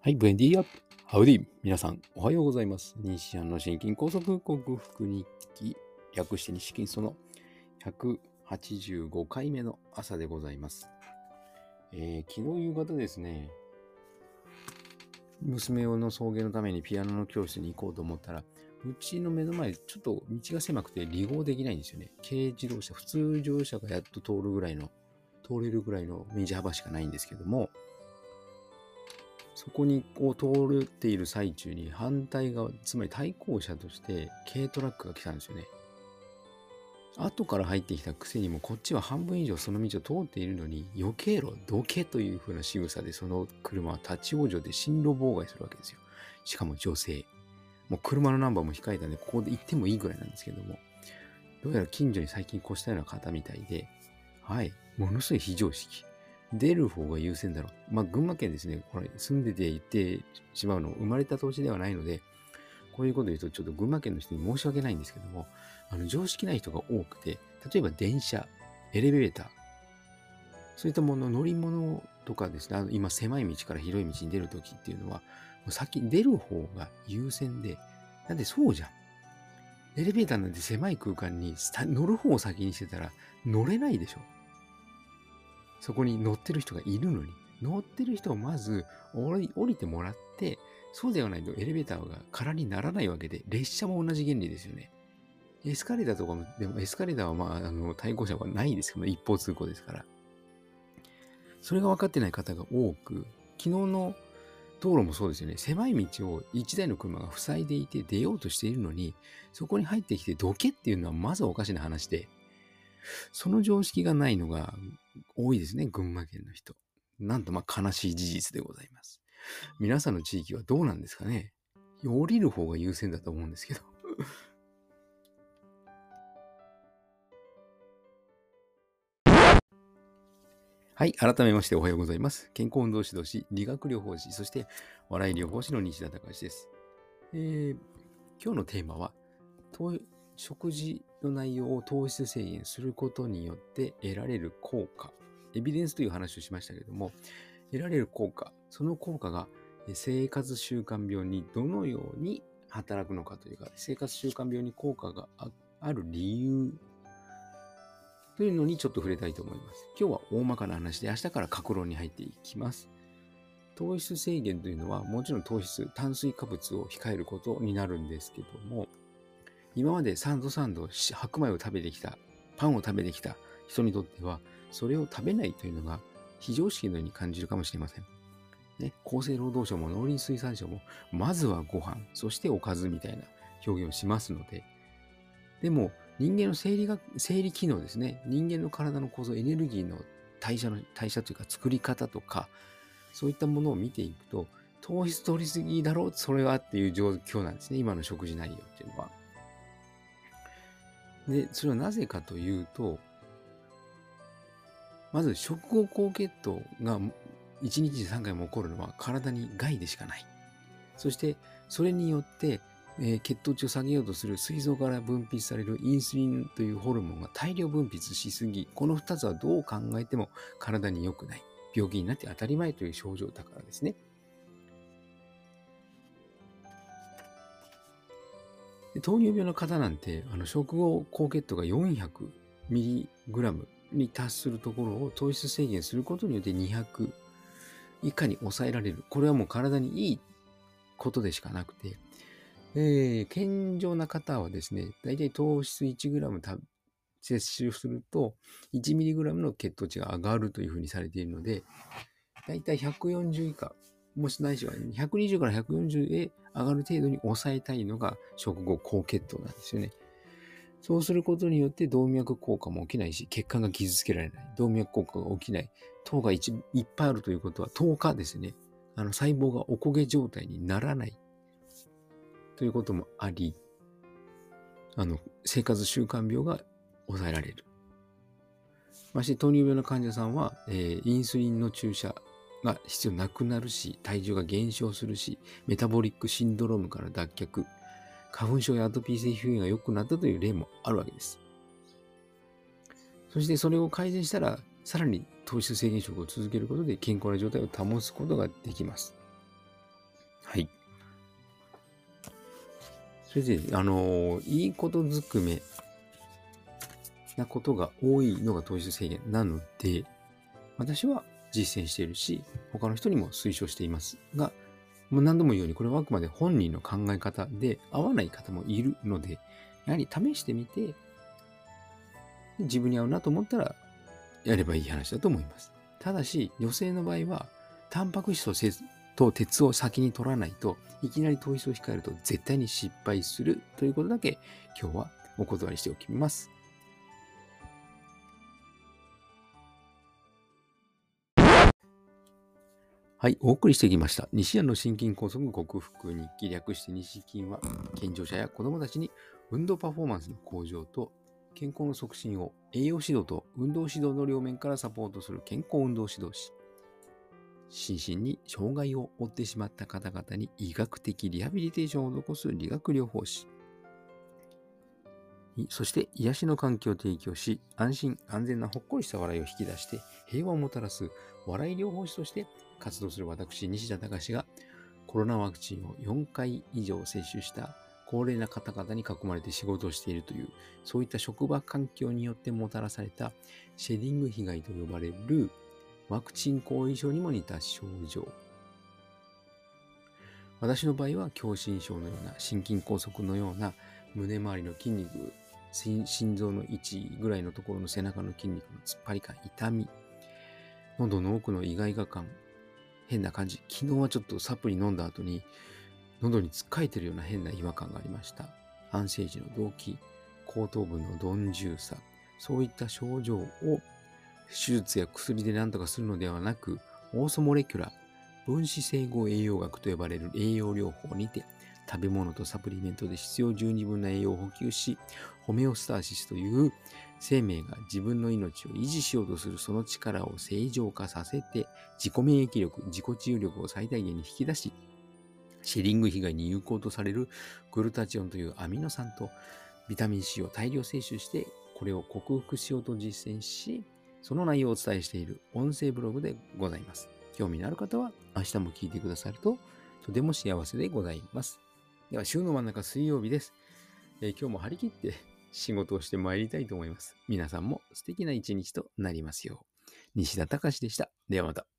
はい、ブエンディア。ハウディ。皆さん、おはようございます。西安の心筋梗塞克服日記、略して西筋その185回目の朝でございます。昨日夕方ですね、娘の送迎のためにピアノの教室に行こうと思ったら、うちの目の前、ちょっと道が狭くて離合できないんですよね。軽自動車、普通乗用車がやっと通れるぐらいの道幅しかないんですけども、そこに通っている最中に反対側、つまり対向車として軽トラックが来たんですよね。後から入ってきたくせにもこっちは半分以上その道を通っているのに、避けろ、どけという風な仕草でその車は立ち往生で進路妨害するわけですよ。しかも女性。もう車のナンバーも控えたんで、ここで行ってもいいぐらいなんですけども、どうやら近所に最近越したような方みたいで、はい、ものすごい非常識。出る方が優先だろう。まあ、群馬県ですね、これ住んでて言ってしまうの、生まれた土地ではないので、こういうこと言うとちょっと群馬県の人に申し訳ないんですけども、常識ない人が多くて、例えば電車、エレベーター、そういったもの、乗り物とかですね、今狭い道から広い道に出るときっていうのは、もう先出る方が優先で、なんでそうじゃん。エレベーターなんて狭い空間に乗る方を先にしてたら乗れないでしょ。そこに乗ってる人がいるのに、乗ってる人をまず降りてもらって、そうではないとエレベーターが空にならないわけで、列車も同じ原理ですよね。エスカレーターとかも、でもエスカレーターは対向車はないですけど、一方通行ですから。それが分かってない方が多く、昨日の道路もそうですよね。狭い道を一台の車が塞いでいて出ようとしているのに、そこに入ってきてどけっていうのはまずおかしな話で、その常識がないのが多いですね、群馬県の人。なんと悲しい事実でございます。皆さんの地域はどうなんですかね。降りる方が優先だと思うんですけど。はい、改めましておはようございます。健康運動指導士、理学療法士、そして笑い療法士の西田隆です。今日のテーマは、食事の内容を糖質制限することによって得られる効果、エビデンスという話をしましたけれども、得られる効果、その効果が生活習慣病にどのように働くのかというか、生活習慣病に効果がある理由というのにちょっと触れたいと思います。今日は大まかな話で、明日から各論に入っていきます。糖質制限というのは、もちろん炭水化物を控えることになるんですけども、今までサンド白米を食べてきた、パンを食べてきた人にとっては、それを食べないというのが非常識のように感じるかもしれません。ね、厚生労働省も農林水産省も、まずはご飯、そしておかずみたいな表現をしますので、でも人間の生理機能ですね、人間の体の構造、エネルギーの代謝というか作り方とか、そういったものを見ていくと、糖質取りすぎだろう、それはっていう状況なんですね、今の食事内容っていうのは。で、それはなぜかというと、まず食後高血糖が1日に3回も起こるのは体に害でしかない。そして、それによって、血糖値を下げようとする膵臓から分泌されるインスリンというホルモンが大量分泌しすぎ、この2つはどう考えても体に良くない。病気になって当たり前という症状だからですね。で糖尿病の方なんて、食後高血糖が 400mg に達するところを糖質制限することによって200以下に抑えられる。これはもう体にいいことでしかなくて、健常な方はですね、だいたい糖質 1g 摂取すると 1mg の血糖値が上がるというふうにされているので、だいたい140以下、もしないしは120から140へ上がる程度に抑えたいのが食後高血糖なんですよね。そうすることによって動脈硬化も起きないし、血管が傷つけられない。動脈硬化が起きない。糖がいっぱいあるということは、糖化ですね。細胞がおこげ状態にならない。ということもあり、生活習慣病が抑えられる。まして糖尿病の患者さんは、インスリンの注射が必要なくなるし、体重が減少するし、メタボリックシンドロームから脱却、花粉症やアトピー性皮膚炎が良くなったという例もあるわけです。そしてそれを改善したら、さらに糖質制限食を続けることで健康な状態を保つことができます。 はい。それで、いいことずくめなことが多いのが糖質制限なので、私は実践しているし、他の人にも推奨していますが、もう何度も言うように、これはあくまで本人の考え方で合わない方もいるので、やはり試してみて、自分に合うなと思ったら、やればいい話だと思います。ただし、女性の場合は、タンパク質と鉄を先に取らないといきなり糖質を控えると絶対に失敗するということだけ今日はお断りしておきます。はい、お送りしてきました。西安の心筋梗塞克服日記、略して西筋は、健常者や子どもたちに運動パフォーマンスの向上と健康の促進を栄養指導と運動指導の両面からサポートする健康運動指導士。心身に障害を負ってしまった方々に医学的リハビリテーションを施す理学療法士。そして癒しの環境を提供し、安心安全なほっこりした笑いを引き出して平和をもたらす笑い療法士として活動する私、西田隆がコロナワクチンを4回以上接種した高齢な方々に囲まれて仕事をしているという、そういった職場環境によってもたらされたシェディング被害と呼ばれるワクチン後遺症にも似た症状。私の場合は狭心症のような心筋梗塞のような胸周りの筋肉、心臓の位置ぐらいのところの背中の筋肉の突っ張り感、痛み、喉の奥のイガイガ感、変な感じ。昨日はちょっとサプリ飲んだ後に喉につっかえてるような変な違和感がありました。安静時の動悸、後頭部の鈍重さ、そういった症状を手術や薬で何とかするのではなく、オーソモレキュラー、分子整合栄養学と呼ばれる栄養療法にて、食べ物とサプリメントで必要十二分な栄養を補給し、ホメオスターシスという生命が自分の命を維持しようとするその力を正常化させて、自己免疫力、自己治癒力を最大限に引き出し、シェリング被害に有効とされるグルタチオンというアミノ酸とビタミン C を大量摂取して、これを克服しようと実践し、その内容をお伝えしている音声ブログでございます。興味のある方は明日も聞いてくださるととても幸せでございます。では週の真ん中水曜日です。今日も張り切って仕事をしてまいりたいと思います。皆さんも素敵な一日となりますよう。西田隆でした。ではまた。